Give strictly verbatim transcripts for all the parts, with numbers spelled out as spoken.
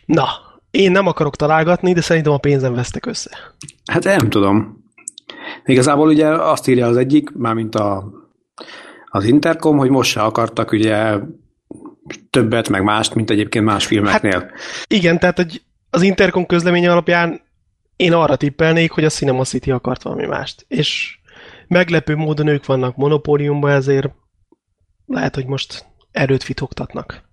Na, én nem akarok találgatni, de szerintem a pénzem vesztek össze. Hát nem tudom. Igazából ugye azt írja az egyik, mármint a, az Intercom, hogy most se akartak ugye többet, meg mást, mint egyébként más filmeknél. Hát, igen, tehát hogy az Intercom közleménye alapján én arra tippelnék, hogy a Cinema City akart valami mást. És meglepő módon ők vannak monopóliumban, ezért lehet, hogy most erőt fitoktatnak.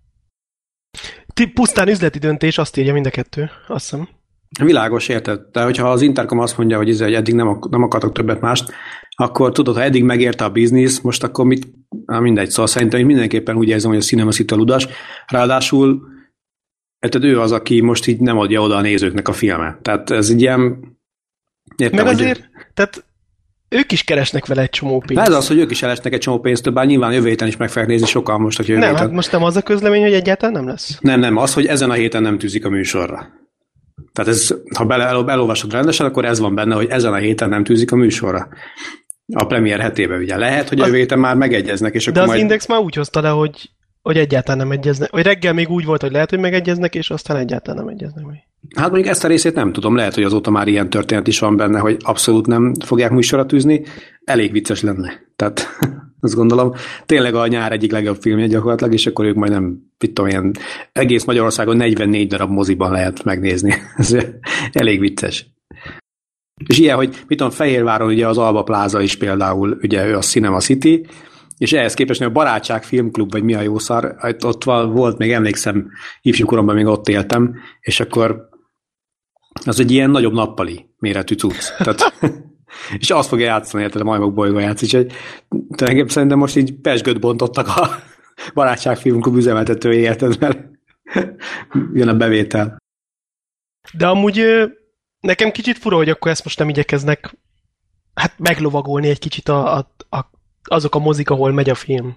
Pusztán üzleti döntés, azt írja mind a kettő, azt hiszem. Világos, érted? De hogyha az Intercom azt mondja, hogy, ez, hogy eddig nem, nem akartok többet mást, akkor tudod, ha eddig megérte a biznisz, most akkor mit, na mindegy, szóval szerintem mindenképpen úgy érzem, hogy a Cinema City a ludas. Ráadásul érted, ő az, aki most így nem adja oda a nézőknek a filmet. Tehát ez egy ilyen... Értem, meg azért, hogy... tehát ők is keresnek vele egy csomó pénzt. Ez az, hogy ők is elesnek egy csomó pénzt, bár nyilván jövő héten is meg fogják nézni sokan most, aki jövő Nem, héten. hát most nem az a közlemény, hogy egyáltalán nem lesz. Nem, nem, az, hogy ezen a héten nem tűzik a műsorra. Tehát ez, ha bele, elolvasod rendesen, akkor ez van benne, hogy ezen a héten nem tűzik a műsorra. A premier hetében ugye. Lehet, hogy a jövő héten már megegyeznek. És de akkor az majd... Index már úgy hozta le, hogy, hogy egyáltalán nem egyeznek. Vagy reggel még úgy volt, hogy lehet, hogy megegyeznek, és aztán egyáltalán nem egyeznek meg. Hát mondjuk ezt a részét nem tudom. Lehet, hogy azóta már ilyen történet is van benne, hogy abszolút nem fogják műsorra tűzni. Elég vicces lenne. Tehát azt gondolom, tényleg a nyár egyik legjobb filmje gyakorlatilag, és akkor ők majd nem, mit tudom, ilyen egész Magyarországon negyvennégy darab moziban lehet megnézni. Ez elég vicces. És ilyen, hogy mit tudom, Fehérváron ugye az Alba Plaza is például, ugye ő a Cinema City, és ehhez képest a Barátság Filmklub, vagy mi a jó szar, ott volt, még emlékszem, ifjú koromban még ott éltem, és akkor az egy ilyen nagyobb nappali méretű cucc. Tehát, és azt fogja játszani, érted, a Majmok bolygó játszik, hogy tulajdonképpen szerintem most így pezsgőt bontottak a Barátság Filmklub üzemeltetői, érted, mert jön a bevétel. De amúgy nekem kicsit fura, hogy akkor ezt most nem igyekeznek hát meglovagolni egy kicsit a, a, a, azok a mozik, ahol megy a film.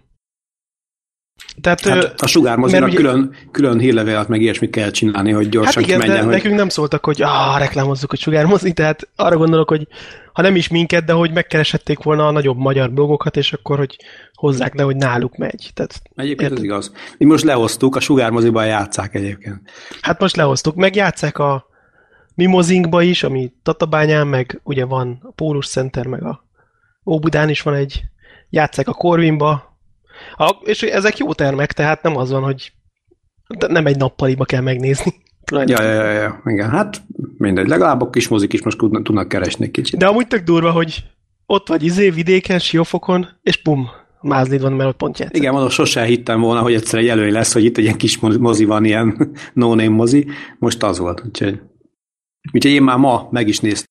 Tehát, hát a sugármozinak ugye... külön, külön hírlevelet meg ilyesmit kell csinálni, hogy gyorsan hát igen, kimenjen. De hogy... nekünk nem szóltak, hogy ah, reklámozzuk, hogy sugármozi, tehát arra gondolok, hogy ha nem is minket, de hogy megkereshették volna a nagyobb magyar blogokat, és akkor, hogy hozzák le, hogy náluk megy. Tehát, egyébként ért... ez igaz. Mi most lehoztuk, a sugármoziban játsszák egyébként. Hát most lehoztuk, meg játsszák a Mimozinkba is, ami Tatabányán, meg ugye van a Pólus Center, meg a Óbudán is van egy, játsszák a Corvinba, a, és ezek jó termek, tehát nem az van, hogy nem egy nappaliba kell megnézni. Ja, ja, ja, ja, igen, hát mindegy, legalább a kis mozik is most tudnak keresni kicsit. De amúgy tök durva, hogy ott vagy izé, vidéken, Siófokon, és pum, Mázlid van, mert ott pont játszak. Igen, mondom, sosem hittem volna, hogy egyszer egy előny lesz, hogy itt egy ilyen kis mozi van, ilyen no-name mozi, most az volt, úgyhogy Úgyhogy én már ma meg is néztem.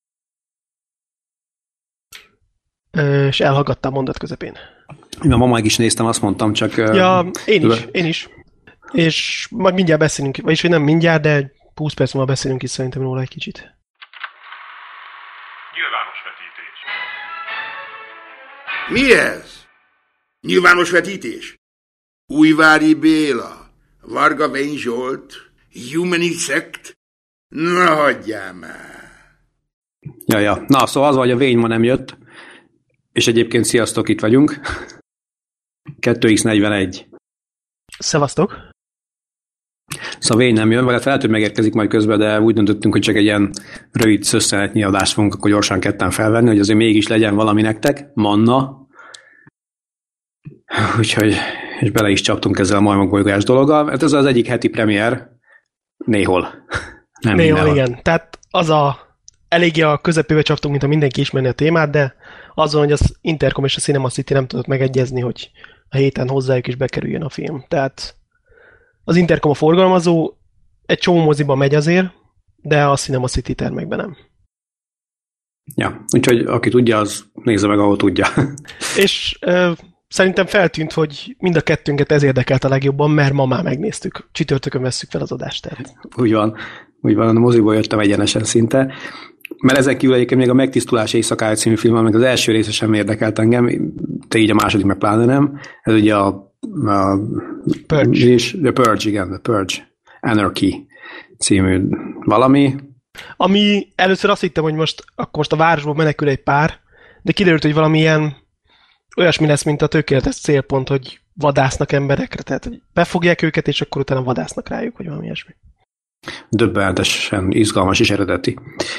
Ö, és elhallgattál mondat közepén. Én ma meg is néztem, azt mondtam, csak... Ja, én is, én is. És majd mindjárt beszélünk, vagyis hogy nem mindjárt, de húsz perc múlva beszélünk is szerintem róla egy kicsit. Nyilvános vetítés. Mi ez? Nyilvános vetítés? Újvári Béla, Varga Vény Zsolt, Humani Szekt? Na, hagyjál már! Ja, ja. Na, szóval az, hogy a Vény ma nem jött, és egyébként sziasztok, itt vagyunk. kettő x negyvenegy. Szevasztok! Szóval Vény nem jön, vagy lehet, hogy megérkezik majd közben, de úgy döntöttünk, hogy csak egy ilyen rövid szösszenetnyi adást fogunk akkor gyorsan ketten felvenni, hogy azért mégis legyen valami nektek, manna. Úgyhogy, és bele is csaptunk ezzel a Majmok bolygójás dologgal, mert ez az egyik heti premier, néhol. Nem Néhol, mindenhol. igen. Tehát az a eléggé a közepébe csaptunk, mint a mindenki ismerni a témát, de azon, hogy az Intercom és a Cinema City nem tudott megegyezni, hogy a héten hozzájuk is bekerüljön a film. Tehát az Intercom a forgalmazó, egy csomó moziba megy azért, de a Cinema City termekben nem. Ja, úgyhogy aki tudja, az nézze meg, ahol tudja. És ö, szerintem feltűnt, hogy mind a kettőnket ez érdekelt a legjobban, mert ma már megnéztük. Csütörtökön vesszük fel az adást. Tehát. Úgy van, úgy van, a moziból jöttem egyenesen szinte. Mert ezen kívül egyébként még a Megtisztulás éjszakája című film, meg az első része sem érdekelt engem, te így a második meg pláne nem. Ez ugye a, a Purge. És, the Purge, igen, The Purge, Anarchy című valami. Ami először azt hittem, hogy most, akkor most a városból menekül egy pár, de kiderült, hogy valamilyen olyasmi lesz, mint a tökéletes célpont, hogy vadásznak emberekre, tehát hogy befogják őket, és akkor utána vadásznak rájuk, vagy valami ilyesmi. Döbbenetesen izgalmas és eredeti.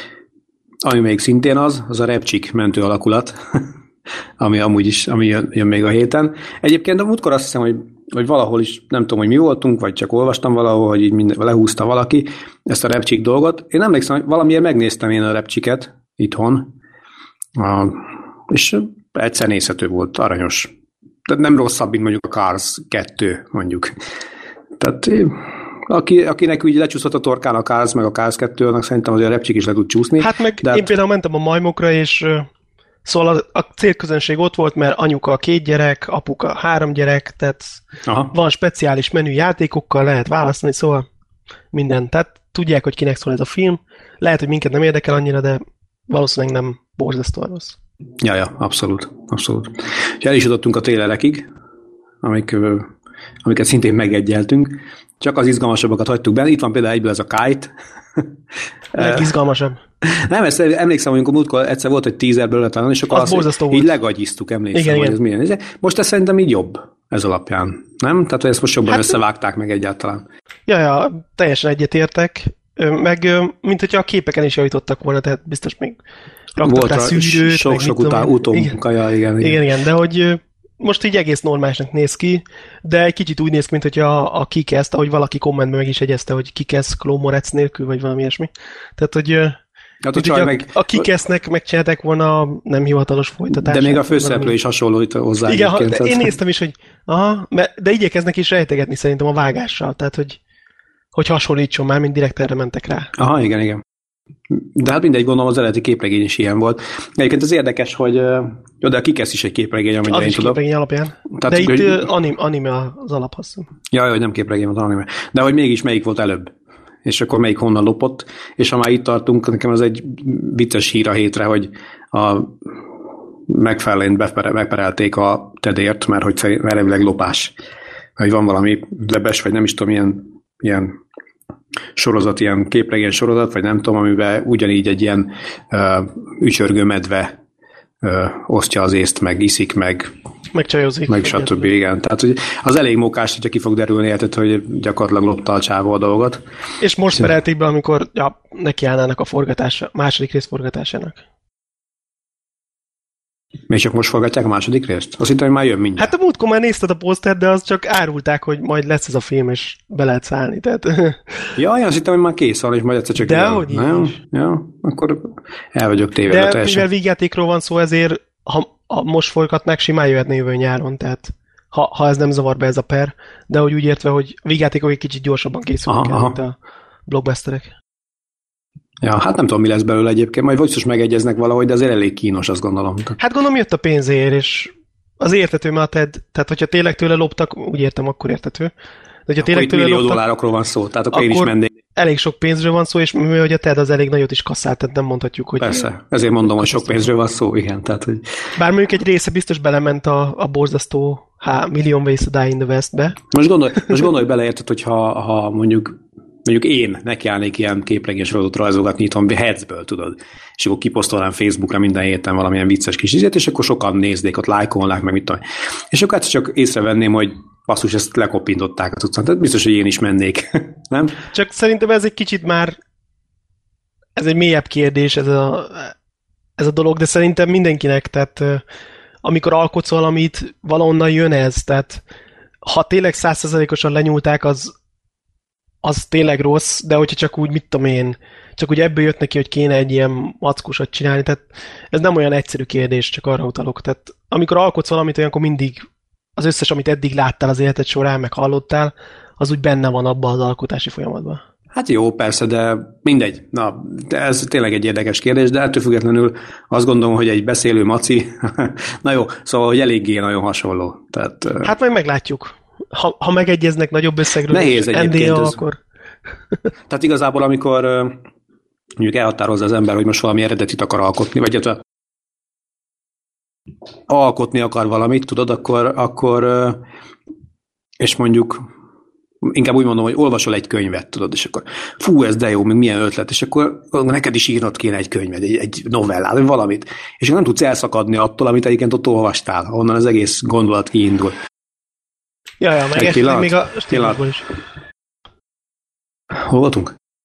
Ami még szintén az, az a Repcsik mentő alakulat, ami amúgy is, ami jön, jön még a héten. Egyébként a múltkor azt hiszem, hogy, hogy valahol is, nem tudom, hogy mi voltunk, vagy csak olvastam valahol, hogy így minden, lehúzta valaki ezt a Repcsik dolgot. Én emlékszem, hogy valamiért megnéztem én a Repcsiket itthon, a, és egyszer nézhető volt, aranyos. Tehát nem rosszabb, mint mondjuk a Cars kettő, mondjuk. Tehát aki, akinek úgy lecsúszott a torkán a Cars, meg a Cars kettő, annak szerintem azért a Repcsik is le tud csúszni. Hát meg én hát... például mentem a majmokra, és szóval a, a célközönség ott volt, mert anyuka két gyerek, apuka három gyerek, tehát aha. Van speciális menü játékokkal, lehet választani, szóval minden. Tehát tudják, hogy kinek szól ez a film. Lehet, hogy minket nem érdekel annyira, de valószínűleg nem borzasztóan rossz. Ja, ja, abszolút, abszolút. És el is jutottunk a trailerekig, amik, amiket szintén megegyeltünk. Csak az izgalmasabbakat hagytuk benne. Itt van például egyből ez a Kite. Legizgalmasabb. Nem, ezt emlékszem, hogy múltkor egyszer volt egy teaser belőle talán, és akkor az azt így legagyiztuk, emlékszem, igen, hogy igen. Ez milyen. Most ez szerintem így jobb ez alapján. Nem? Tehát, hogy ezt most jobban hát, összevágták meg egyáltalán. Ja, ja, teljesen egyetértek. Meg, mint hogyha a képeken is javítottak volna, tehát biztos még raktak volt rá szűrőt. Sok-sok után utómunkaja, igen, igen. Igen, igen, de hogy most így egész normálisnak néz ki, de egy kicsit úgy néz ki, mint hogyha a, a Kick-Ass, ahogy valaki kommentben meg is jegyezte, hogy Kick-Ass Chloe Moretz nélkül, vagy valami ilyesmi. Tehát, hogy hát a, a, meg... a Kick-Ass-nek megcsinálták volna a nem hivatalos folytatást. De még a főszereplő is hasonlít hozzá. Igen, ha, én néztem is, hogy aha, de igyekeznek is rejtegetni szerintem a vágással, tehát, hogy hogy hasonlítson már, mint direkt erre mentek rá. Aha, igen, igen. De hát mindegy, gondolom az eredeti képregény is ilyen volt. Egyébként az érdekes, hogy jó, de a Kick-Ass is egy képregény, amennyire én tudom. Az is képregény alapján. Tehát, de itt hogy... anim, anime az alaphoz. Jaj, hogy nem képregény, az anime. De hogy mégis melyik volt előbb? És akkor melyik honnan lopott? És ha már itt tartunk, nekem az egy vicces hír a hétre, hogy a McFarlane megperelték a Tedért, mert hogy elvileg lopás. Hogy van valami webes, vagy nem is tudom, ilyen ilyen sorozat, ilyen képregény sorozat, vagy nem tudom, amiben ugyanígy egy ilyen uh, ücsörgő medve uh, osztja az észt, meg iszik, meg megcsajozik. Meg stb. Igen. Tehát hogy az elég mókás, hogyha ki fog derülni, érted, hogy gyakorlatilag lopta a csávó a dolgot. És most perelték be, amikor ja, nekiállnának a forgatása, második rész forgatásának. Még csak most forgatják a második részt? Azt hittem, hogy már jön mindjárt. Hát a múltkor már nézted a posztert, de az csak árulták, hogy majd lesz ez a film, és be lehet szállni. Tehát... Ja, én azt hittem, hogy már kész van, és majd egyszer csak... De hogy nem? Ja, akkor el vagyok tévedve teljesen. De mivel vígjátékról van szó, ezért ha, ha most forgatnák, simán jöhetne jövő nyáron, tehát ha, ha ez nem zavar be ez a per, de hogy úgy értve, hogy vígjátékok egy kicsit gyorsabban készülnek el, mint a blockbusterek. Ja, hát nem tudom, mi lesz belőle egyébként, majd biztos megegyeznek valahogy, de azért elég kínos, azt gondolom. Hát gondolom, jött a pénzért, és az értető, mert a TED, tehát hogyha tényleg tőle loptak, úgy értem, akkor értető. De hogyha tényleg tőle millió loptak, dollárokról van szó, tehát akkor, akkor én is mennék. Elég sok pénzről van szó, és mivel hogy a TED az elég nagyot is kasszált, tehát nem mondhatjuk, hogy... Persze, ezért mondom, hogy sok pénzről van szó, igen. Tehát, hogy... Bár mondjuk egy része biztos belement a, a borzasztó há, Million Ways to Die in the West-be. Most gondolj, most gondolj bele, érted, hogy ha, ha mondjuk mondjuk én nekiállnék ilyen képregényes sorozatot rajzolgatni itthon Headsből, tudod, és akkor kiposztolnám Facebookra minden héten valamilyen vicces kis izét, és akkor sokan nézdék, ott lájkolnák, meg mit tudom. És akkor hát csak észrevenném, hogy basszus, ezt lekopintották a tucat. Tehát biztos, hogy én is mennék, nem? Csak szerintem ez egy kicsit már ez egy mélyebb kérdés, ez a, ez a dolog, de szerintem mindenkinek, tehát amikor alkotsz valamit, valahonnan jön ez, tehát ha tényleg száz százalékosan lenyúlták, az az tényleg rossz, de hogyha csak úgy, mit tudom én, csak úgy ebből jött neki, hogy kéne egy ilyen mackósat csinálni, tehát ez nem olyan egyszerű kérdés, csak arra utalok. Tehát amikor alkotsz valamit, olyankor mindig az összes, amit eddig láttál az életed során, meg hallottál, az úgy benne van abban az alkotási folyamatban. Hát jó, persze, de mindegy. Na, de ez tényleg egy érdekes kérdés, de ettől függetlenül azt gondolom, hogy egy beszélő maci, na jó, szóval, hogy eléggé nagyon hasonló. Tehát, hát majd meglátjuk. Ha, ha megegyeznek nagyobb összegről, nehéz egyébként en dé á, akkor... Tehát igazából, amikor mondjuk elhatározza az ember, hogy most valami eredetit akar alkotni, vagy illetve alkotni akar valamit, tudod, akkor, akkor és mondjuk inkább úgy mondom, hogy olvasol egy könyvet, tudod, és akkor fú, ez de jó, még milyen ötlet, és akkor neked is írnod kéne egy könyvet, egy, egy novellát, vagy valamit, és nem tudsz elszakadni attól, amit egyébként ott olvastál, onnan az egész gondolat kiindul. Ja, ja, meg esetleg még a stílusból is. Hol voltunk?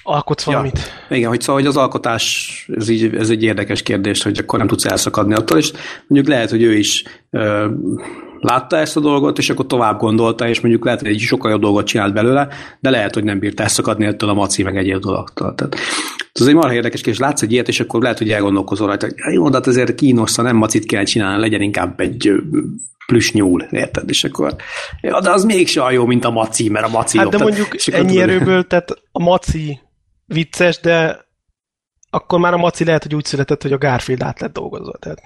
alkotsz valamit. Ja, igen, hogy szóval hogy az alkotás, ez, így, ez egy érdekes kérdés, hogy akkor nem tudsz elszakadni attól, és mondjuk lehet, hogy ő is ö, látta ezt a dolgot, és akkor tovább gondolta, és mondjuk lehet, hogy egy sokkal jobb dolgot csinált belőle, de lehet, hogy nem bírt elszakadni ettől a maci meg egyéb dologtól. Tehát ez egy marha érdekes kérdés, látsz egy ilyet, és akkor lehet, hogy elgondolkozol rajta, hogy jó, de hát azért kínos, nem macit kell csinálni, legyen inkább egy plusz nyúl, érted? És akkor, ja, de az mégse jó, mint a maci, mert a maci hát jobb. de mondjuk ennyi tudod, erőből, tehát a maci vicces, de akkor már a maci lehet, hogy úgy született, hogy a Garfield át lett dolgozva. Tehát.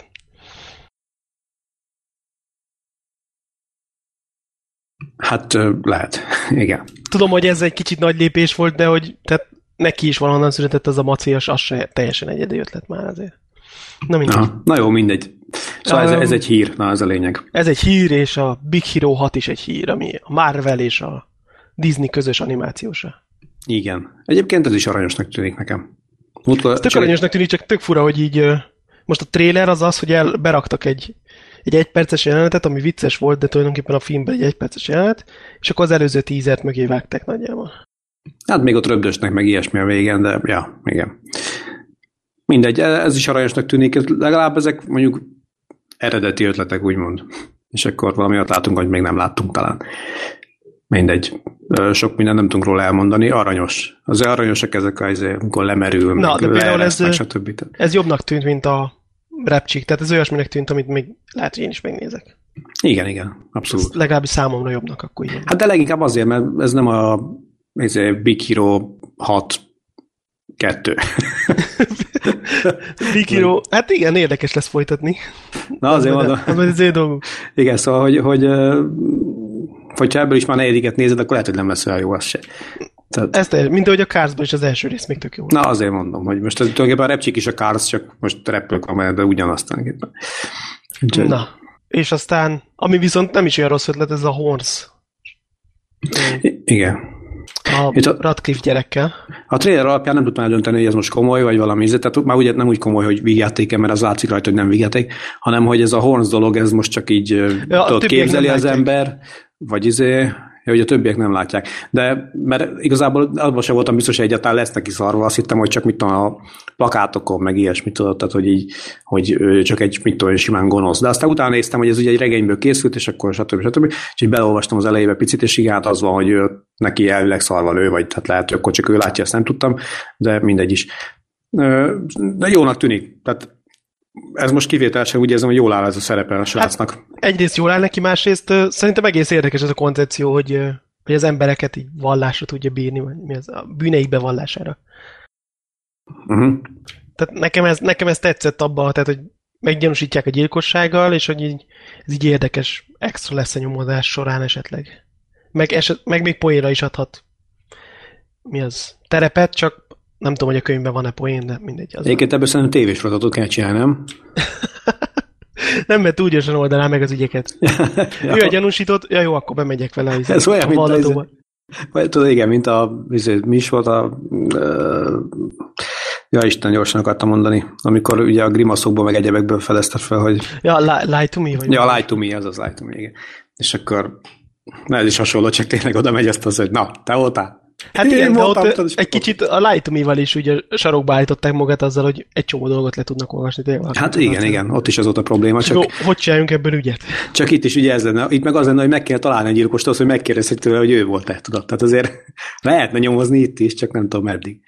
Hát lehet, igen. Tudom, hogy ez egy kicsit nagy lépés volt, de hogy tehát neki is valahonnan született az a maci, és az se teljesen egyedi ötlet már azért. Na mindegy. Na, na jó, mindegy. Szóval um, ez, ez egy hír, na ez a lényeg. Ez egy hír, és a Big Hero hat is egy hír, ami a Marvel és a Disney közös animációsa. Igen. Egyébként ez is aranyosnak tűnik nekem. Múltkor, ez tök csak aranyosnak tűnik, csak tök fura, hogy így most a trailer az az, hogy el, beraktak egy egy egyperces jelenetet, ami vicces volt, de tulajdonképpen a filmben egy egyperces jelenet, és akkor az előző tízert mögé vágták nagyjából. Hát még ott röbdösnek meg ilyesmi a végén, de ja, igen. Mindegy, ez is aranyosnak tűnik, legalább ezek mondjuk eredeti ötletek, úgymond. És akkor valami olyat látunk, hogy még nem láttunk talán. Mindegy. Sok minden nem tudunk róla elmondani. Aranyos. Az aranyosak ezek, amikor lemerül, na, meg de például ez, meg, stb. Ez jobbnak tűnt, mint a Rapchick, tehát ez olyasminek tűnt, amit még lehet, hogy én is megnézek. Igen, igen, abszolút. Ez legalábbis számomra jobbnak akkor így. Hát de leginkább azért, mert ez nem a ez a Big Hero hat kettő. Big Hero, hát igen, érdekes lesz folytatni. Na azért mondom. Ez egy dolgunk. Igen, szóval, hogy, hogy hogyha ebből is már negyediket nézed, akkor lehet, hogy nem lesz olyan jó az se. Tehát... Ezt, mint ahogy a Carsban is az első rész még tök jó. Na azért mondom, hogy most tulajdonképpen a Rapchick is a Cars, csak most repülök van, de ugyanazt tulajdonképpen. Na, és aztán, ami viszont nem is olyan rossz ötlet, ez a Horns. I- igen. A, a Radcliffe gyerekkel. A trailer alapján nem tudtam eldönteni, hogy ez most komoly, vagy valami, tehát már ugye nem úgy komoly, hogy vígjáték, mert az látszik rajta, hogy nem vígjáték, hanem hogy ez a Horns dolog, ez most csak így ja, tudod, képzeli az ember, vagy izé, hogy a többiek nem látják. De mert igazából abban sem voltam biztos, hogy egyáltalán lesz neki szarva, azt hittem, hogy csak mit tudom, a plakátokon, meg ilyesmit tudod, tehát hogy így, hogy csak egy, mit tudom, simán gonosz. De aztán utána néztem, hogy ez ugye egy regényből készült, és akkor stb. stb. És így beleolvastam az elejébe picit, és igen, hát az van, hogy ő, neki elvileg szarva lő, vagy hát lehet, hogy akkor csak ő látja, ezt nem tudtam, de mindegy is. De jónak tűnik. Tehát ez most kivételesen úgy érzem, hogy jól áll ez a szerepe a srácnak. Hát egyrészt jól áll neki, másrészt szerintem egész érdekes ez a koncepció, hogy, hogy az embereket így vallásra tudja bírni, vagy mi az, a bűneik bevallására. Uh-huh. Tehát nekem ez, nekem ez tetszett abban, tehát, hogy meggyanúsítják a gyilkossággal, és hogy így, ez így érdekes extra lesz a nyomozás során esetleg. Meg, eset, meg még poénra is adhat. Mi az? Terepet, csak nem tudom, hogy a könyvben van-e poén, de mindegy. Egyébként ebből szerintem tévésorozatot kell csinálni, nem? Nem, mert úgy gyorsan oldaná meg az ügyeket. Ja. Ő a gyanúsított, ja jó, akkor bemegyek vele. Ez, ez olyan, mint a, vagy tudod, igen, mint a, mi is volt a, uh, ja Isten, gyorsan akartam mondani, amikor ugye a grimaszokból meg egyebekből felezted fel, hogy... Ja, lie, lie to me? Vagy ja, lie to me, az az lie to me, igen. És akkor, na ez is hasonló, csak tényleg oda megy ezt az, hogy na, te voltál? Hát én igen, de ott egy egy kicsit a Lie to Me-val is ugye sarokba állították magát azzal, hogy egy csomó dolgot le tudnak olvasni. Tényleg, hát igen, igen, ott is az volt a probléma. Csak, csak hogy csináljunk ebből ügyet? Csak itt is ugye ez lenne, itt meg az lenne, hogy meg kéne találni a gyilkost az, hogy megkérdezhet tőle, hogy ő volt-e, tudod. Tehát azért lehetne nyomozni itt is, csak nem tudom meddig.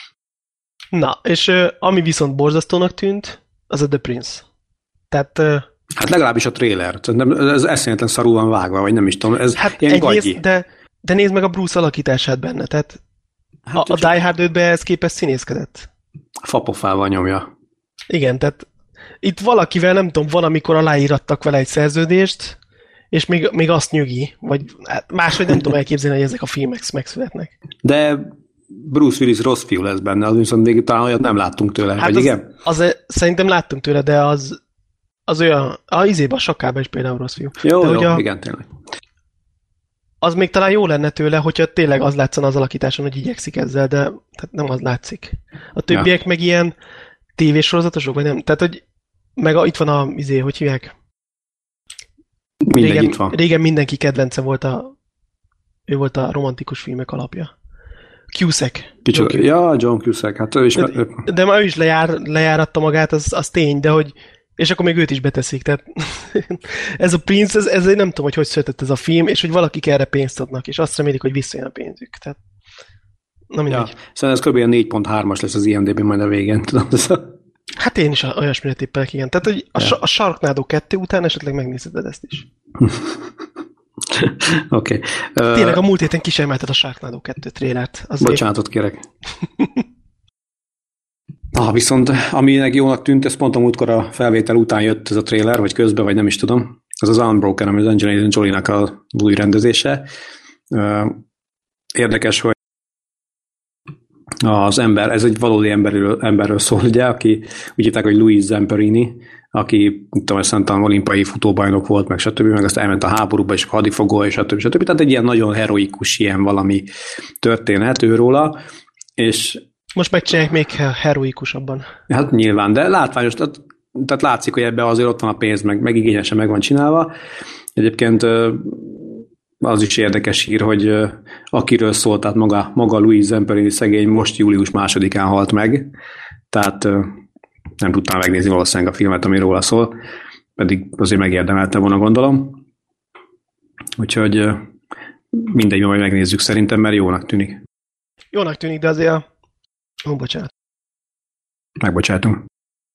Na, és uh, ami viszont borzasztónak tűnt, az a The Prince. Tehát... Uh, hát legalábbis a trailer. Ez eszéletlen szarul van vágva, vagy nem is tudom. Ez hát ilyen egyrészt, gagyi. de De nézd meg a Bruce alakítását benne, tehát hát, a, a Die Hard ötben ehhez képest színészkedett. Fapofával nyomja. Igen, tehát itt valakivel, nem tudom, van, amikor aláírattak vele egy szerződést, és még, még azt nyugi, vagy hát máshogy nem tudom elképzelni, hogy ezek a filmek megszületnek. De Bruce Willis rossz fiú lesz benne, az viszont még talán olyat nem láttunk tőle, hát vagy az, igen? Az, szerintem láttunk tőle, de az, az olyan, a izében, a Sakában is például rossz fiú. Jó, de jó, a, igen, tényleg. Az még talán jó lenne tőle, hogyha tényleg az látszana az alakításon, hogy igyekszik ezzel, de tehát nem az látszik. A többiek ja. meg ilyen tévésorozatosok, vagy nem? Tehát, hogy meg a, itt van a, izé, hogy hívják? Mindegy, régen, itt van. Régen mindenki kedvence volt a, ő volt a romantikus filmek alapja. Cusack. Kicsoda. John Ja, John Cusack, hát ő is... de, de már ő is lejár, lejáratta magát, az, az tény, de hogy és akkor még őt is beteszik, tehát ez a Prince, ez, ez nem tudom, hogy hogy született ez a film, és hogy valakik erre pénzt adnak, és azt remélik, hogy visszajön a pénzük, tehát na mindegy. Ja, szerintem ez kb. négy pont hármas lesz az I M D B majd a végén, tudom. Hát én is olyasmire tippelek, igen. Tehát, hogy a, ja. a Sharknado kettő után esetleg megnézheted ezt is. Oké. Okay. Uh, Tényleg a múlt héten kisemelted a Sharknado kettő trélert. Azért... Bocsánatot kérek. Ah, viszont aminek jónak tűnt, ez pont a múltkor a felvétel után jött ez a trailer, vagy közben, vagy nem is tudom. Ez az Unbroken, ami az Angelina Jolie-nak a új rendezése. Uh, érdekes, hogy az ember, ez egy valódi emberről, emberről szól, ugye, aki úgy hívták, hogy Louis Zamperini, aki, tudom, szerintem olimpiai futóbajnok volt, meg stb., meg aztán elment a háborúba, és hadifogó, és stb. stb. Tehát egy ilyen nagyon heroikus, ilyen valami történet őróla, és most megcsinálják még heroikusabban. Hát nyilván, de látványos, tehát, tehát látszik, hogy ebben azért ott van a pénz, meg, meg igényesen meg van csinálva. Egyébként az is érdekes hír, hogy akiről szólt, tehát maga, maga Louis Zamperini szegény most július másodikán halt meg, tehát nem tudtam megnézni valószínűleg a filmet, ami róla szól, pedig azért megérdemelte volna, gondolom. Úgyhogy mindegy, majd megnézzük szerintem, mert jónak tűnik. Jónak tűnik, de azért Ó, bocsánat. Megbocsátunk.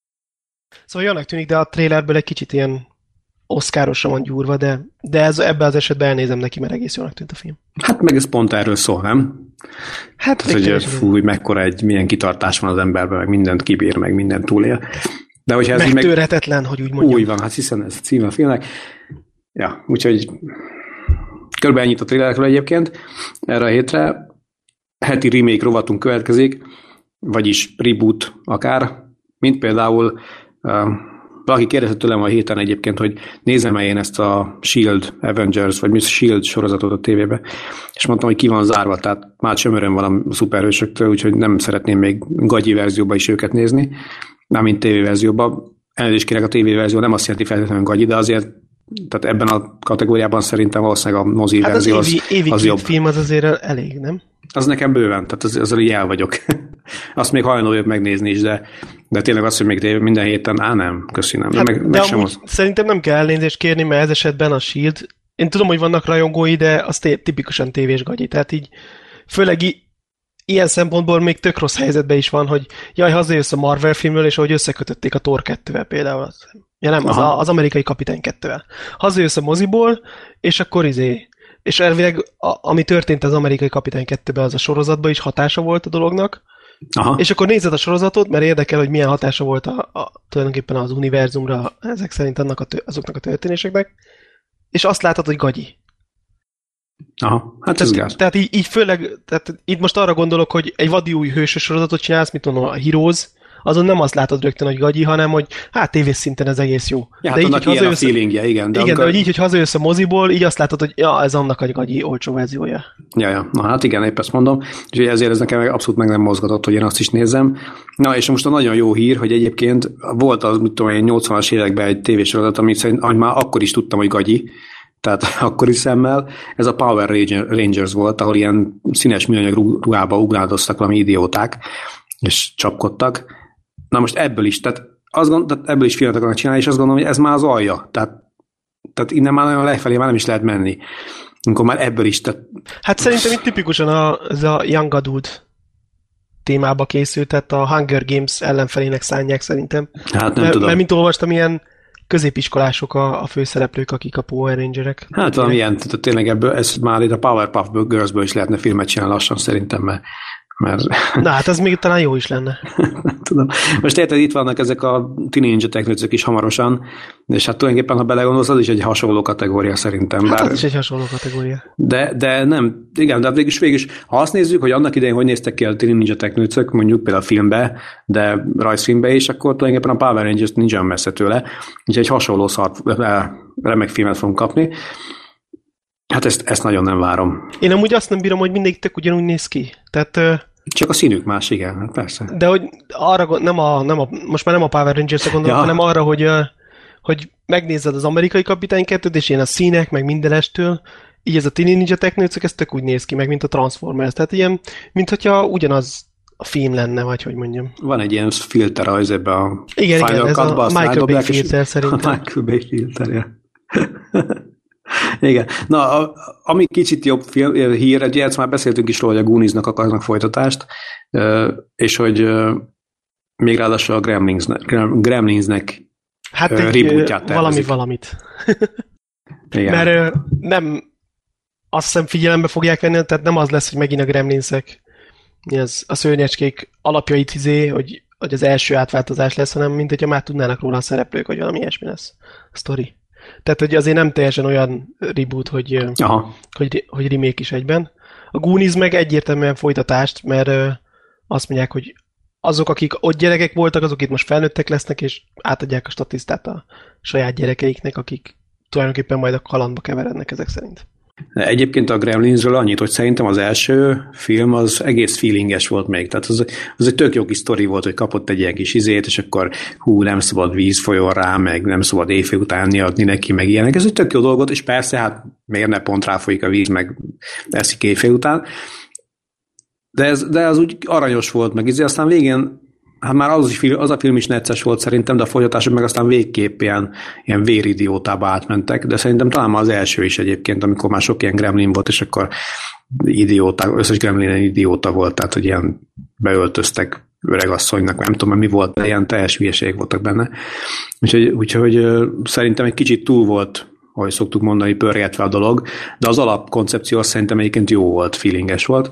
Szóval jónak tűnik, de a trailerből egy kicsit ilyen oszkárosra van gyúrva, de, de ez, ebben az esetben elnézem neki, mert egész jónak tűnt a film. Hát meg ez pont erről szól, nem? Hát, hát hogy fú, hogy mekkora egy, milyen kitartás van az emberben, meg mindent kibír, meg mindent túlél. De hogyha ez megtörhetetlen, meg... hogy úgy mondjam. Úgy van, hát hiszen ez a címe a filmnek. Ja, úgyhogy körülbelül ennyit a trailerekről egyébként erre a hétre. Heti remake rovatunk következik, vagyis reboot akár, mint például uh, valaki kérdezett tőlem a héten egyébként, hogy nézem-e én ezt a Shield Avengers, vagy Shield sorozatot a tévébe, és mondtam, hogy ki van zárva, tehát már csömörön van a szuperhősöktől, úgyhogy nem szeretném még gagyi verzióba is őket nézni, mármint tévéverzióba. Elnézést kérek, a tévéverzió nem azt jelenti feltétlenül gagyi, de azért tehát ebben a kategóriában szerintem valószínűleg a mozi hát verzió az, évi, az, évi az jobb. film az azért elég, nem? Az nekem bőven, tehát az, az így el vagyok. Azt még hajlandó vagyok megnézni is, de, de tényleg azt, hogy még minden héten, á nem, köszönöm. Hát, meg, de meg sem az. Szerintem nem kell elnézést kérni, mert ez esetben a Shield, én tudom, hogy vannak rajongói, de az té- tipikusan tévés gagyi, tehát így főleg i- ilyen szempontból még tök rossz helyzetben is van, hogy jaj, hazajössz a Marvel filmről, és ahogy összekötötték a Thor kettővel például. Ja nem, az, a, az Amerikai Kapitány kettővel. Hazajössz a moziból, és akkor izé, és elvileg a, ami történt az Amerikai Kapitány kettőben, az a sorozatban is hatása volt a dolognak, aha. És akkor nézed a sorozatot, mert érdekel, hogy milyen hatása volt a, a, tulajdonképpen az univerzumra, ezek szerint annak a, azoknak a történéseknek, és azt látod, hogy gagyi. Aha, hát ez gáz. Tehát így, így főleg, tehát itt most arra gondolok, hogy egy vadi új hősös sorozatot csinálsz, mit mondom, a Heroes, azon nem azt látod rögtön, hogy gagyi, hanem hogy hát tévés szinten ez egész jó. Ja, hát de annak így, ilyen a feelingje, igen. De igen, amikor... de hogy így, hogy hazajössz a moziból, így azt látod, hogy ja, ez annak egy gagyi olcsó verziója. Ja, ja. Na hát igen, épp ezt mondom. És ezért ez nekem abszolút meg nem mozgatott, hogy én azt is nézzem. Na és most a nagyon jó hír, hogy egyébként volt az, mit tudom én, nyolcvanas években egy tévésorozat, amit szerint amit már akkor is tudtam, hogy gagyi, tehát akkori szemmel, ez a Power Rangers volt, ahol ilyen színes műanyag ruhába ugrádoztak valami idióták, és csapkodtak. Na most ebből is, tehát, azt gond, tehát ebből is filmet akarnak csinálni, és azt gondolom, hogy ez már az alja. Tehát, tehát innen már nagyon lefelé már nem is lehet menni. Amikor már ebből is. Tehát... Hát szerintem itt tipikusan a, ez a Young Adult témába készült, tehát a Hunger Games ellenfelének szánják szerintem. Hát nem mert, tudom. Mert mint olvastam, ilyen középiskolások a, a főszereplők, akik a Power Rangerek. Hát valamilyen, tehát tényleg ebből, ez már itt a Powerpuff Girlsből is lehetne filmet csinálni lassan szerintem, mert Mert... Na hát az még talán jó is lenne. Nem tudom. Most érted, itt vannak ezek a Teenage Ninja Technőcök is hamarosan, és hát tulajdonképpen, ha belegondolsz, az is egy hasonló kategória szerintem. Hát bár... az is egy hasonló kategória. De, de nem, igen, de végülis, végülis, ha azt nézzük, hogy annak idején hogy néztek ki a Teenage Ninja Technőcök, mondjuk például a filmbe, de rajzfilmbe is, akkor tulajdonképpen a Power Rangers nincs olyan messze tőle, úgyhogy egy hasonló szart, remek filmet fogunk kapni. Hát ezt, ezt nagyon nem várom. Én amúgy azt nem bírom, hogy mindig tök ugyanúgy néz ki. Tehát... Csak a színük más, igen, hát persze. De hogy arra, nem a, nem a, most már nem a Power Rangers-re gondolok, ja. hanem arra, hogy, hogy megnézed az Amerikai Kapitány kettőt, és ilyen a színek, meg mindenestől, így ez a Teenage Ninja Technőcök, ez tök úgy néz ki, meg mint a Transformers. Tehát ilyen, mint hogyha ugyanaz a film lenne, vagy hogy mondjam. Van egy ilyen filterrajz ebbe a igen, Final igen, Cut-ba, ez a Michael Bay filter szerintem. A Michael Bay filter, ja. Igen. Na, a, ami kicsit jobb film, hír, ugye ezt már beszéltünk is róla, hogy a Gooniesnak akarnak folytatást, és hogy még ráadásul a Gremlinsnek, Gremlinsnek hát rebootját valami valamit. Igen. Mert nem azt hiszem figyelembe fogják venni, tehát nem az lesz, hogy megint a Gremlinsek az, a szörnyecskék alapjait izé, hogy, hogy az első átváltozás lesz, hanem mint hogyha már tudnának róla a szereplők, hogy valami ilyesmi lesz a sztori. Tehát, hogy azért nem teljesen olyan reboot, hogy, hogy, hogy remake is egyben. A Goonies meg egyértelműen folytatást, mert azt mondják, hogy azok, akik ott gyerekek voltak, azok itt most felnőttek lesznek, és átadják a statisztát a saját gyerekeiknek, akik tulajdonképpen majd a kalandba keverednek ezek szerint. Egyébként a Gremlinsről annyit, hogy szerintem az első film az egész feelinges volt még. Tehát az, az egy tök jó kis sztori volt, hogy kapott egy ilyen kis izét, és akkor hú, nem szabad víz folyjon rá, meg nem szabad éjfél után adni neki, meg ilyenek. Ez egy tök jó dolgot, és persze, hát miért ne pont ráfolyik a víz, meg eszik éjfél után. De, ez, de az úgy aranyos volt, meg izé, aztán végén hát már az, az a film is necces volt szerintem, de a folytatások meg aztán végképp ilyen, ilyen véridiótába átmentek, de szerintem talán már az első is egyébként, amikor már sok ilyen gremlin volt, és akkor idióta, összes gremlinen idióta volt, tehát hogy ilyen beöltöztek öregasszonynak, nem tudom, mi volt, de ilyen teljes hülyeség voltak benne. Úgyhogy, úgyhogy szerintem egy kicsit túl volt, ahogy szoktuk mondani, pörgetve a dolog, de az alapkoncepció szerintem egyébként jó volt, feelinges volt.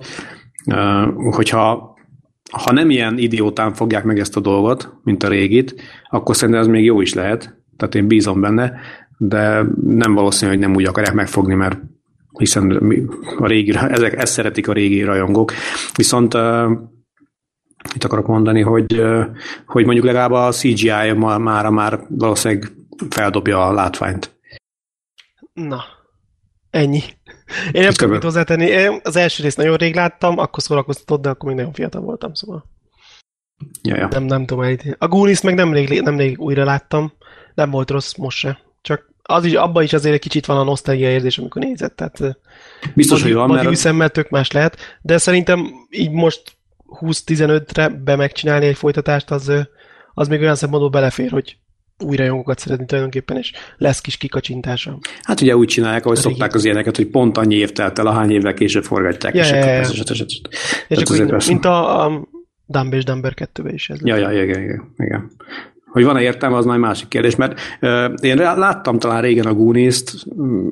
Hogyha ha nem ilyen idiótán fogják meg ezt a dolgot, mint a régit, akkor szerintem ez még jó is lehet. Tehát én bízom benne, de nem valószínű, hogy nem úgy akarják megfogni, mert hiszen a régi, ezek, ezt szeretik a régi rajongók. Viszont uh, itt akarok mondani, hogy, uh, hogy mondjuk legalább a cé gé í mára már valószínűleg feldobja a látványt. Na, ennyi. Én nem tudom mit hozzátenni. Én az első részt nagyon rég láttam, akkor szórakoztatott, de akkor még nagyon fiatal voltam, szóval. Ja, ja. Nem, nem tudom elítélni. A Goonies meg nem rég, nem rég újra láttam, nem volt rossz most se. Csak az is, abban is azért egy kicsit van a nosztalgia érzés, amikor nézett, tehát biztos, hogy van, mert szemmel tök más lehet, de szerintem így most húsz-tizenötre be megcsinálni egy folytatást, az, az még olyan szempontból belefér, hogy újra jongokat szeretni tulajdonképpen, és lesz kis kikacsintása. Hát ugye úgy csinálják, ahogy szokták az ilyeneket, hogy pont annyi év telt el, ahány évvel később forgatják. Ja, és ja, ja. És, és, és, és akkor így, mint a, a Dumb és Dumber kettőben is ez. Ja, ja, igen, igen, igen. Hogy van-e értelme, az már másik kérdés, mert uh, én láttam talán régen a Goonies-t, uh,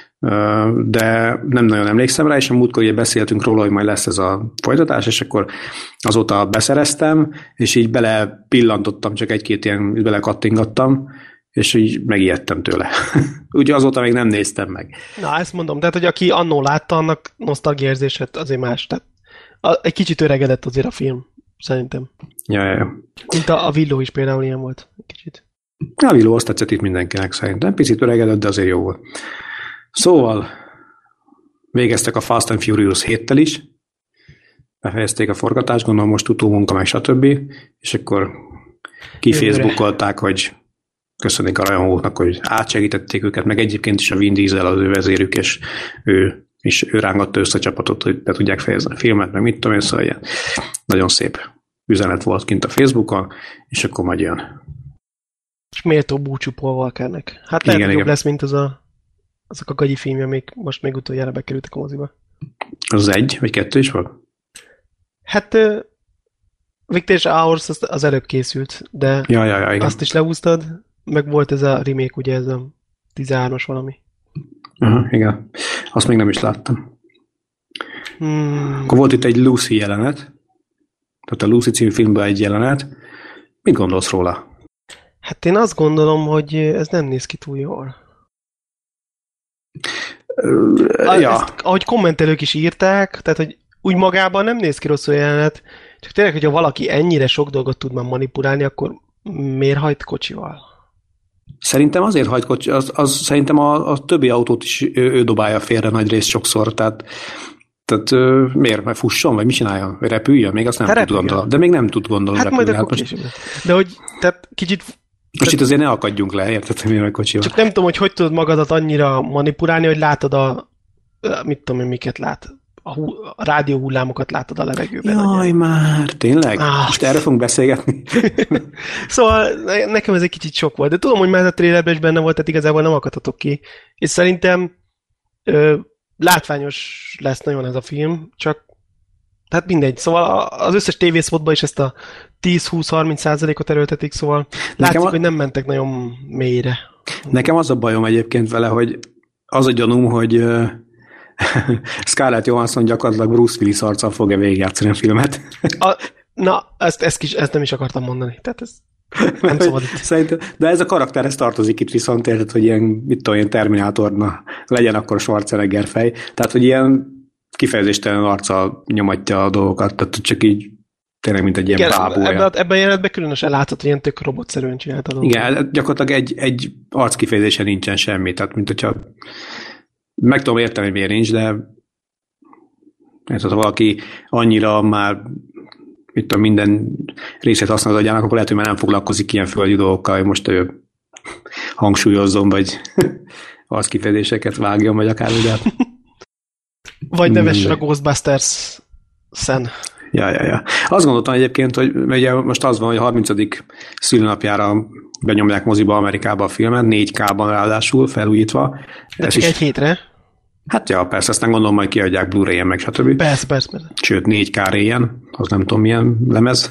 de nem nagyon emlékszem rá, és a múltkor ugye beszéltünk róla, hogy majd lesz ez a folytatás, és akkor azóta beszereztem, és így bele pillantottam, csak egy-két ilyen bele kattingattam, és így megijedtem tőle. Ugye azóta még nem néztem meg. Na, ezt mondom, tehát, hogy aki annó látta, annak nosztalgiaérzéset azért más. Tehát egy kicsit öregedett azért a film, szerintem. Ja, ja, ja. Mint a, a Villó is például ilyen volt. Kicsit. A Villó azt tetszett itt mindenkinek szerintem. Picit öregedett, de azért jó volt. Szóval végeztek a Fast and Furious héttel is, befejezték a forgatást, gondolom most utómunka, meg stb. És akkor kifacebookolták, hogy köszönik a rajongóknak, hogy átsegítették őket, meg egyébként is a Vin Diesel az ő vezérük, és ő, és ő rángatta össze a csapatot, hogy be tudják fejezni a filmet, meg mit tudom én, szóval ilyen nagyon szép üzenet volt kint a Facebookon, és akkor majd jön. És méltó búcsú Paul Walkernek. Hát lehet, igen, jobb igen. lesz, mint az a azok a gagyi filmje, amik most még utoljára bekerültek a moziba. Az egy, vagy kettő is volt? Hát uh, Victor és Hours az, az előbb készült, de ja, ja, ja, azt is lehúztad, meg volt ez a remake, ugye ez a tizenhármas valami. Aha, igen. Azt még nem is láttam. Hmm. Akkor volt itt egy Lucy jelenet, tehát a Lucy című filmben egy jelenet. Mit gondolsz róla? Hát én azt gondolom, hogy ez nem néz ki túl jól. Uh, ja. Ezt, ahogy kommentelők is írták, tehát, hogy úgy magában nem néz ki rosszul jelenet, csak tényleg, hogyha valaki ennyire sok dolgot tud már manipulálni, akkor miért hajt kocsival? Szerintem azért hajt kocsi, az, az szerintem a, a többi autót is ő, ő dobálja félre nagy részt sokszor, tehát, tehát ö, miért? Mert fusson, vagy mit csináljon? Vagy repüljön? Még azt nem hát tud gondolni. De még nem tud gondolni. Hát majd akkor hát De hogy, tehát kicsit most itt azért ne akadjunk le, érted, hogy miért a kocsival. Csak nem tudom, hogy hogy tudod magadat annyira manipulálni, hogy látod a mit tudom én, miket lát. A, hú, a rádió hullámokat látod a levegőben. Jaj, nagyjából. már, tényleg? Ah. Most erre fogunk beszélgetni? Szóval nekem ez egy kicsit sok volt, de tudom, hogy már a trailerben is benne volt, tehát igazából nem akadhatok ki. És szerintem ö, látványos lesz nagyon ez a film, csak tehát mindegy. Szóval az összes tévészpotban is ezt a tíz-húsz-harminc százalékot erőltetik, szóval látszik, a... hogy nem mentek nagyon mélyre. Nekem az a bajom egyébként vele, hogy az a gyanúm, hogy uh, Scarlett Johansson gyakorlatilag Bruce Willis arccal fogja végigjátszani a filmet. A, na, ezt, ezt, kis, ezt nem is akartam mondani. Tehát ez nem szabad itt. Szerintem, de ez a karakterhez tartozik itt viszont, érted, hogy ilyen, mit tudom, ilyen Terminátorna legyen akkor Schwarzenegger fej. Tehát, hogy ilyen kifejezéstelen arccal nyomatja a dolgokat, tehát csak így tényleg, mint egy ilyen igen, bábúja. Ebben, ebben a jelenetben különösen látszott, hogy ilyen tök robotszerűen csinált a dolgokat. Igen, gyakorlatilag egy, egy arckifejezése nincsen semmi, tehát mint hogyha meg tudom érteni, hogy miért nincs, de érted, ha valaki annyira már mit tudom, minden részét használ az agyának, akkor lehet, hogy már nem foglalkozik ilyen földi dolgokkal, hogy most ő hangsúlyozzon, vagy arckifejezéseket vágjon, vagy akár ugye. Vagy nevessen a Ghostbusters-szen. Ja, ja, ja. Azt gondoltam egyébként, hogy ugye most az van, hogy a harmincadik szülőnapjára benyomják moziba Amerikába a filmet, négy ká-ban ráadásul felújítva. De csak is... egy hétre? Hát ja, persze, aztán gondolom majd kiadják Blu-ray-en meg, stb. Persze, persze, persze. Sőt, négy ká réjen, az nem tudom milyen lemez.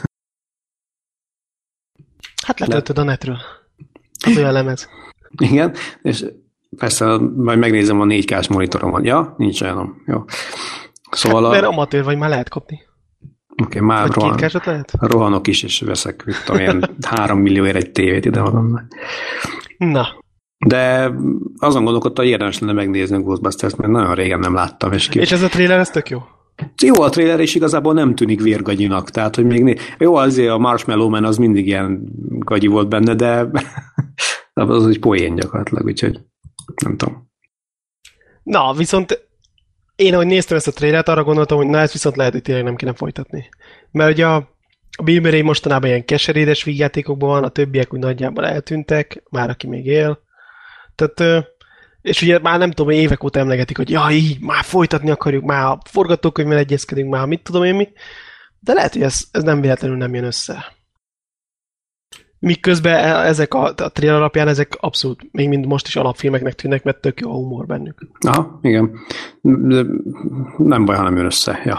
Hát letöltöd a netről. Az olyan lemez. Igen, és persze majd megnézem a négy ká-s monitoromon. Ja, nincs olyanom. Jó. Szóval hát, a... mert amatőr vagy, már lehet kapni. Oké, okay, már rohan, lehet? rohanok is, és veszek, mit tudom, ilyen három millióért egy tévét ide magamnak. Na. De azon gondolkodtam, hogy érdemes lenne megnézni a Ghostbusters-t, mert nagyon régen nem láttam. És, ki... és ez a trailer, ez tök jó? Jó a trailer, és igazából nem tűnik vérgagyinak. Tehát, hogy még né... jó, azért a Marshmallow Man az mindig ilyen gagyi volt benne, de az egy poén gyakorlatilag, úgyhogy nem tudom. Na, viszont én, ahogy néztem ezt a trailert, arra gondoltam, hogy na, ezt viszont lehet, hogy tényleg nem kéne folytatni. Mert ugye a, a Bill Murray mostanában ilyen keserédes vígjátékokban van, a többiek úgy nagyjából eltűntek, már aki még él. Tehát, és ugye már nem tudom, évek óta emlegetik, hogy ja, így, már folytatni akarjuk, már a forgatókönyvvel egyezkedünk, már mit tudom én mi. De lehet, hogy ez, ez nem véletlenül nem jön össze. Miközben ezek a, a trailer alapján ezek abszolút, még mind most is alapfilmeknek tűnnek, mert tök jó a humor bennük. Aha, igen. De nem baj, ha nem jön össze. Ja.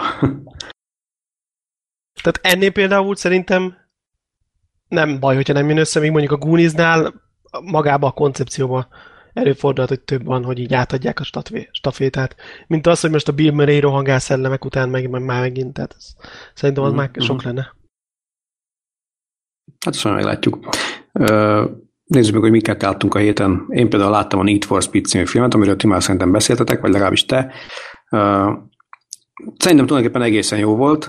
Tehát ennél például szerintem nem baj, hogyha nem jön össze, még mondjuk a Gooniesnál magába a koncepcióba előfordulhat, hogy több van, hogy így átadják a stafétát. Mint az, hogy most a Bill Murray rohangál szellemek után meg, meg már megint, tehát ez, szerintem az mm-hmm. már sok lenne. Hát azt már meglátjuk. Nézzük meg, hogy miket láttunk a héten. Én például láttam a Need for Speed című filmet, amiről ti már szerintem beszéltetek, vagy legalábbis te. Szerintem tulajdonképpen egészen jó volt.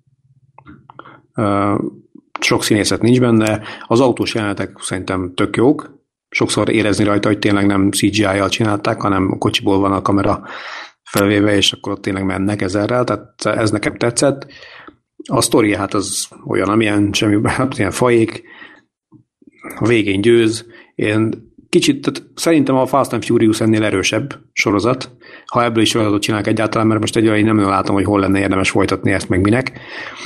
Sok színészet nincs benne. Az autós jelenetek szerintem tök jók. Sokszor érezni rajta, hogy tényleg nem cé gé í-jal csinálták, hanem a kocsiból van a kamera felvéve, és akkor ott tényleg mennek ezerrel. Tehát ez nekem tetszett. A sztori hát az olyan, amilyen semmi, hát ilyen fajék, a végén győz. Én kicsit, tehát szerintem a Fast and Furious ennél erősebb sorozat, ha ebből is sorozatot csinálnak egyáltalán, mert most egyáltalán nem látom, hogy hol lenne érdemes folytatni ezt, meg minek.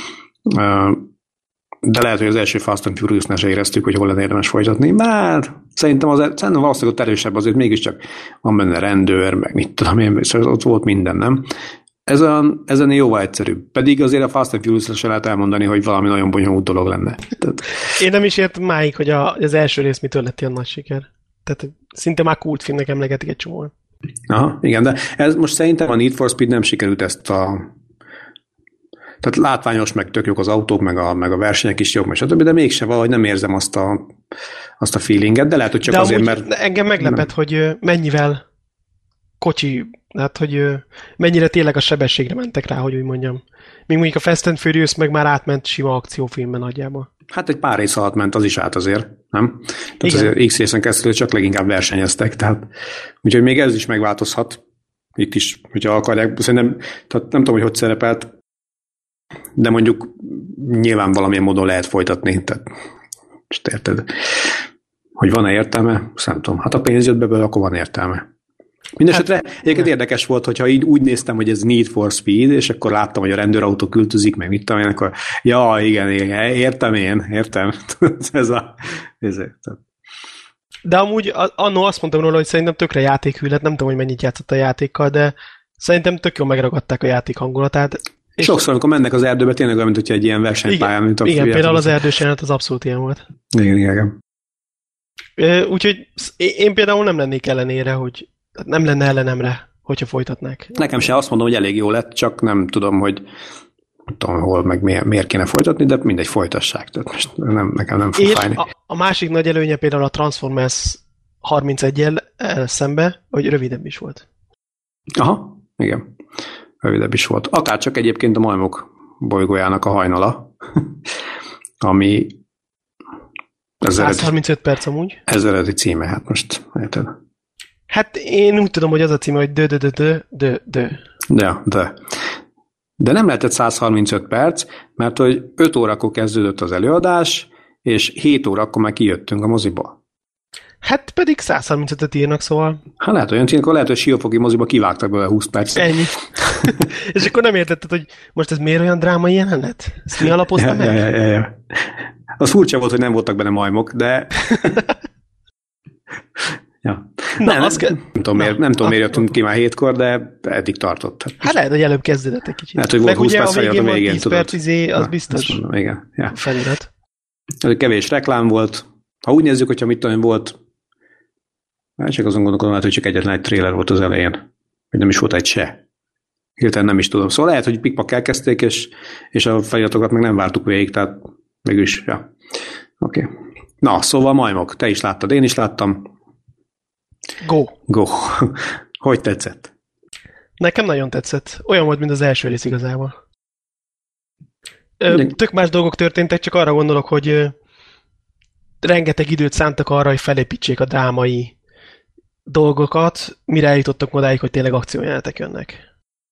De lehet, hogy az első Fast and Furious-nál se éreztük, hogy hol lenne érdemes folytatni. Mert szerintem, az, szerintem valószínűleg ott erősebb, azért mégiscsak van benne rendőr, meg mit tudom én, ott volt minden, nem? Ez a, ez ennél jóval egyszerűbb. Pedig azért a Fast and Furious-ra se lehet elmondani, hogy valami nagyon bonyolult dolog lenne. Tehát... Én nem is értem máig, hogy a, az első rész mitől lett ilyen nagy siker. Tehát szinte már kultfilmnek emlegetik egy csomóan. Aha, igen, de ez most szerintem a Need for Speed nem sikerült ezt a... Tehát látványos, meg tök jók az autók, meg a, meg a versenyek is jók, meg stb., de mégsem valahogy nem érzem azt a, azt a feelinget, de lehet, hogy csak de azért, mert... engem meglepett, nem. hogy mennyivel kocsi, hát hogy mennyire tényleg a sebességre mentek rá, hogy úgy mondjam. Még mondjuk a Fast and Furious meg már átment sima akciófilmben nagyjából. Hát egy pár rész alatt ment, az is át azért, nem? Tehát azért X részen keresztül csak leginkább versenyeztek, tehát úgyhogy még ez is megváltozhat. Itt is, hogyha akarják, szerintem, tehát nem tudom, hogy hogy szerepelt, de mondjuk nyilván valamilyen módon lehet folytatni, tehát most érted, hogy van-e értelme? Azt nem tudom. Hát a pénz jött be belőle, akkor van értelme. Mindenesetre hát, egyébként érdekes volt, hogyha így úgy néztem, hogy ez Need for Speed, és akkor láttam, hogy a rendőrautó költözik, meg mit tudom én, akkor ja, igen, igen, értem én, értem. ez a... Ez a de amúgy annó azt mondtam róla, hogy szerintem tökre játékhű lett, nem tudom, hogy mennyit játszott a játékkal, de szerintem tök jól megragadták a játék hangulatát. És sokszor, amikor mennek az erdőbe, tényleg olyan, mint hogyha egy ilyen versenypályán, mint a igen, igen, például az erdős jelenet az abszolút ilyen volt. Igen, igen. Úgyhogy én például nem lennék ellenére, hogy nem lenne ellenemre, hogyha folytatnák. Nekem se azt mondom, hogy elég jó lett, csak nem tudom, hogy tudom, hol meg miért, miért kéne folytatni, de mindegy, folytassák. Tehát most nem, nekem nem fog fájni. A, a másik nagy előnye például a Transformers harmincegyel szembe, hogy rövidebb is volt. Aha, igen. Rövidebb is volt. Akár csak egyébként a Majmok bolygójának a hajnala, ami száz harmincöt perc amúgy. Ez eredeti címe, hát most érted. Hát én úgy tudom, hogy az a címe, hogy dö dö dö dö dö dö. De, de. De nem lehetett száz harmincöt perc, mert hogy öt órakor kezdődött az előadás, és hét órakor már kijöttünk a moziba. Hát pedig száz harmincötöt írnak, szóval... Hát lehet olyan csinálni, lehet, hogy Siófoki moziba kivágtak belőle húsz percet. Ennyi. És akkor nem értetted, hogy most ez miért olyan drámai jelenet? Ezt mi alapozta ja, meg? Ja, ja, ja. Az furcsa volt, hogy nem voltak benne majmok, de... ja. Na, nem, az nem, nem tudom, miért, nem tudom, miért jöttünk ki már hétkor, de eddig tartott. Hát, hát lehet, hogy előbb kezdődött egy kicsit. Lehet, hogy volt húsz perc felirat a végén, tíz perc izé, az Na, biztos mondom, igen. Ja. felirat. Kevés reklám volt. Ha úgy nézzük, hogyha mit tudom, volt, hát csak azon gondolkodom, hogy csak egyetlen egy trailer volt az elején. Hogy nem is volt egy se. Hirtelen nem is tudom. Szóval lehet, hogy pikpak elkezdték, és, és a feliratokat meg nem vártuk végig, tehát mégis, ja. Oké. Okay. Na, szóval majmok, te is láttad, én is láttam. Go. Go. Hogy tetszett? Nekem nagyon tetszett. Olyan volt, mint az első rész igazából. Ö, tök más dolgok történtek, csak arra gondolok, hogy ö, rengeteg időt szántak arra, hogy felépítsék a drámai dolgokat, mire eljutottak odáig, hogy tényleg akciójelenetek jönnek.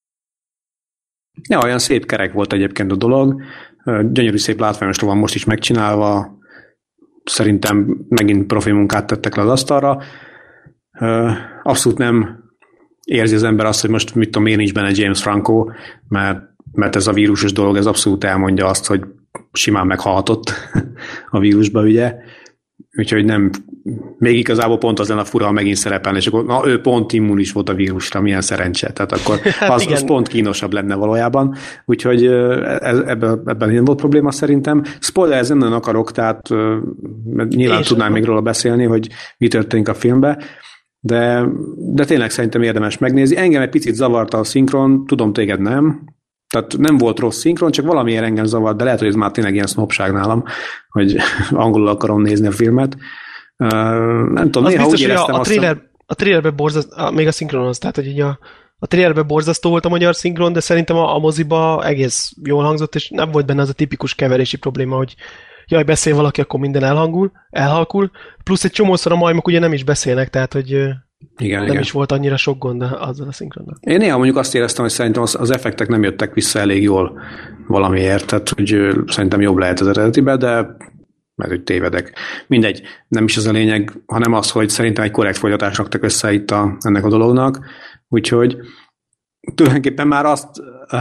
Ja, olyan szép kerek volt egyébként a dolog. Gyönyörű szép látványosra van most is megcsinálva. Szerintem megint profi munkát tettek le az asztalra. Abszolút nem érzi az ember azt, hogy most mit tudom én, nincs benne James Franco, mert, mert ez a vírusos dolog, ez abszolút elmondja azt, hogy simán meghalhatott a vírusba, ugye. Úgyhogy nem, még igazából pont az lenne a fura, ha megint szerepelne, és akkor na, ő pont immunis volt a vírusra, milyen szerencse. Tehát akkor hát az, az pont kínosabb lenne valójában. Úgyhogy ez, ebben, ebben nem volt probléma szerintem. Spoiler, ez nem akarok, tehát nyilván és tudnám még róla beszélni, hogy mi történik a filmben, de, de tényleg szerintem érdemes megnézni. Engem egy picit zavarta a szinkron, tudom, téged nem. Tehát nem volt rossz szinkron, csak valamiért engem zavart, de lehet, hogy ez már tényleg ilyen sznobság nálam, hogy angolul akarom nézni a filmet. Uh, nem tudom, az néha biztos, úgy éreztem a, a, trailer, azt, a trailerben borzasztó, még a szinkronhoz, tehát hogy így a, a trailerben borzasztó volt a magyar szinkron, de szerintem a, a moziba egész jól hangzott, és nem volt benne az a tipikus keverési probléma, hogy jaj, beszél valaki, akkor minden elhangul, elhalkul, plusz egy csomószor a majmok ugye nem is beszélnek, tehát hogy igen, nem igen. is volt annyira sok gond azzal a szinkronnal. Én néha mondjuk azt éreztem, hogy szerintem az, az effektek nem jöttek vissza elég jól valamiért, tehát hogy szerintem jobb lehet az eredetiben, de mert hogy tévedek. Mindegy, nem is az a lényeg, hanem az, hogy szerintem egy korrekt folytatást raktak össze itt a, ennek a dolognak, úgyhogy tulajdonképpen már azt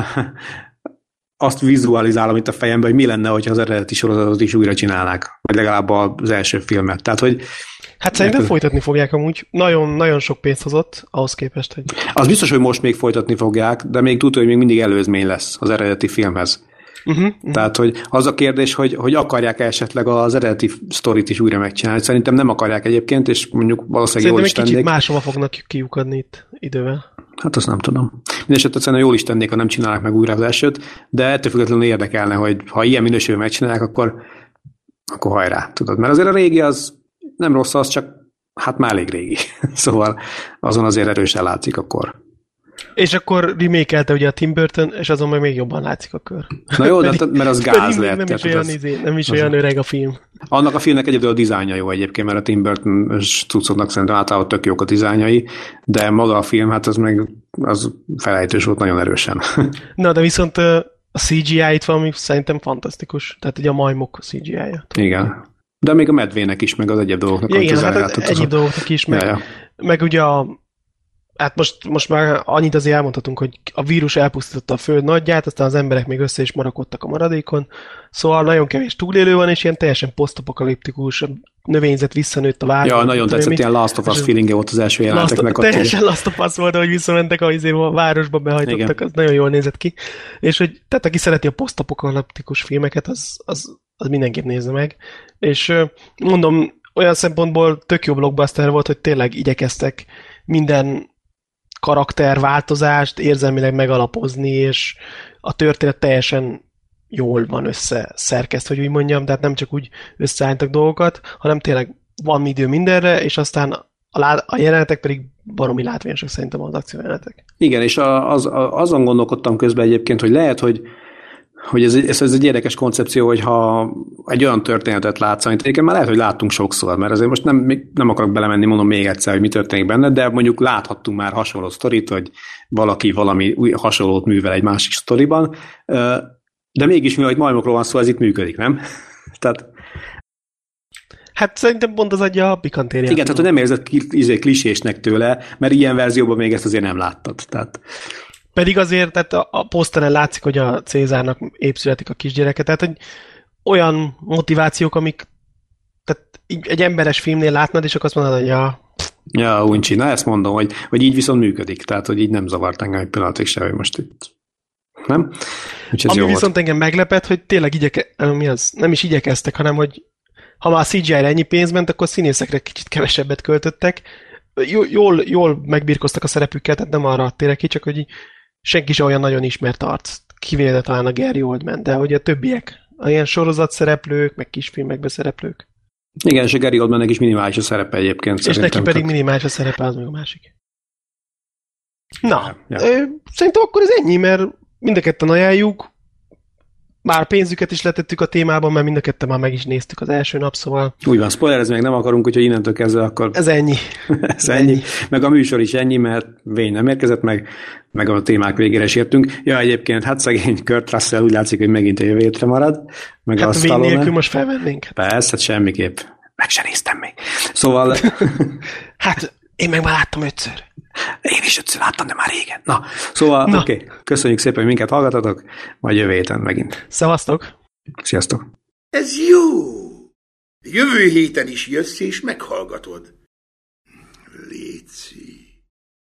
azt vizualizálom itt a fejemben, hogy mi lenne, hogyha az eredeti sorozatot is újra csinálnák, vagy legalább az első filmet. Tehát, hogy hát szerintem ez... folytatni fogják amúgy. Nagyon, nagyon sok pénzt hozott ahhoz képest, hogy... Az biztos, hogy most még folytatni fogják, de még tudja, hogy még mindig előzmény lesz az eredeti filmhez. Uh-huh, uh-huh. Tehát, hogy az a kérdés, hogy, hogy akarják esetleg az eredeti sztorit is újra megcsinálni. Szerintem nem akarják egyébként, és mondjuk valószínűleg jól is tennék. Szerintem egy kicsit máshova fognak kiukadni itt idővel. Hát azt nem tudom. Mindenesetre szerintem jól is tennék, ha nem csinálnak meg újra az elsőt, de ettől függetlenül érdekelne, hogy ha ilyen minőségben megcsinálják, akkor, akkor hajrá, tudod. Mert azért a régi az nem rossz, az csak hát már elég régi. Szóval azon azért erősen látszik a kor. És akkor remake-elte ugye a Tim Burton, és azon meg még jobban látszik a kör. Na jó, de mert az gáz lett. Nem is olyan, az, izé, nem is olyan öreg a film. Annak a filmnek egyedül a dizájnja jó egyébként, mert a Tim Burton cuccoknak szerintem általában tök jók a dizájnjai, de maga a film, hát az meg az felejtős volt nagyon erősen. Na, de viszont a cé gé í itt valami szerintem fantasztikus. Tehát ugye a majmok cé gé í-ja. Igen. De még a medvének is, meg az egyéb dolgoknak. Ja, igen, hát egyéb dolgoknak is, meg, ja, ja. meg ugye a hát most, most már annyit azért elmondhatunk, hogy a vírus elpusztította a föld nagyját, aztán az emberek még össze is marakodtak a maradékon, szóval nagyon kevés túlélő van, és ilyen teljesen posztapokaliptikus, a növényzet visszanőtt a városban. Ja, nagyon tetszett, ilyen Last of Us feelingje volt az első jeleneteknek. Teljesen Last of Us volt, ahogy visszamentek, ahogy a városba behajtottak, az nagyon jól nézett ki. És hogy, tehát aki szereti a posztapokaliptikus filmeket, az, az, az mindenképp nézze meg. És mondom, olyan szempontból tök jó blockbuster volt, hogy tényleg igyekeztek minden karakterváltozást érzelmileg megalapozni, és a történet teljesen jól van összeszerkesztve, hogy úgy mondjam, tehát nem csak úgy összeálltak dolgokat, hanem tényleg van idő mindenre, és aztán a, lá- a jelenetek pedig baromi látványosak szerintem az akciójelenetek. Igen, és a, az, a, azon gondolkodtam közben egyébként, hogy lehet, hogy hogy ez, ez, ez egy érdekes koncepció, hogyha egy olyan történetet látsz, amit egyébként már lehet, hogy láttunk sokszor, mert azért most nem, nem akarok belemenni, mondom még egyszer, hogy mi történik benne, de mondjuk láthattunk már hasonló sztorit, hogy valaki valami új, hasonlót művel egy másik sztoriban, de mégis mi, hogy majmokról van szó, ez itt működik, nem? Tehát... Hát szerintem pont az adja a pikantériát. Igen, tehát nem érzed izé, klisésnek tőle, mert ilyen verzióban még ezt azért nem láttad. Tehát... Pedig azért, tehát a, a poszteren látszik, hogy a Cézárnak épp születik a kisgyereke, tehát hogy olyan motivációk, amik tehát egy emberes filmnél látnád, és akkor azt mondod, hogy ja... Ja, uncsi, na ezt mondom, hogy, hogy így viszont működik, tehát hogy így nem zavart engem egy pillanatig se, hogy most itt... Nem? Ami viszont volt. Engem meglepett, hogy tényleg igyeke, mi az? Nem is igyekeztek, hanem hogy ha már a cé gé í-re ennyi pénz ment, akkor színészekre kicsit kevesebbet költöttek. Jól, jól megbírkoztak a szerepükkel, tehát nem arra tényleg ki, csak hogy senki sem olyan nagyon ismert arc, kivéve talán a Gary Oldman, de hogy a többiek, a ilyen sorozatszereplők, meg kisfilmekbe szereplők. Igen, és a Gary Oldmannek is minimális a szerepe egyébként. És neki pedig minimális a szerepe, az meg a másik. Na, ja. ö, szerintem akkor ez ennyi, mert mind a ketten ajánljuk, már pénzüket is letettük a témában, mert mind a ketten már meg is néztük az első nap, szóval... Úgy van, spoilerezni meg nem akarunk, hogyha innentől kezdve akkor... Ez ennyi. ez ennyi. ennyi. Meg a műsor is ennyi, mert Wayne nem érkezett meg, meg a témák végére is értünk. Ja, egyébként, hát szegény Kurt Russell úgy látszik, hogy megint a jövő hétre marad. Meg hát a Wayne nélkül most felvennénk. Persze, hát semmiképp. Meg se néztem még. Szóval... hát én meg már láttam ötször. Én is ötször láttam, de már régen. Na, szóval oké. Okay. Köszönjük szépen, hogy minket hallgatatok, majd jövő héten megint. Szevasztok! Sziasztok! Ez jó! Jövő héten is jössz és meghallgatod. Léci.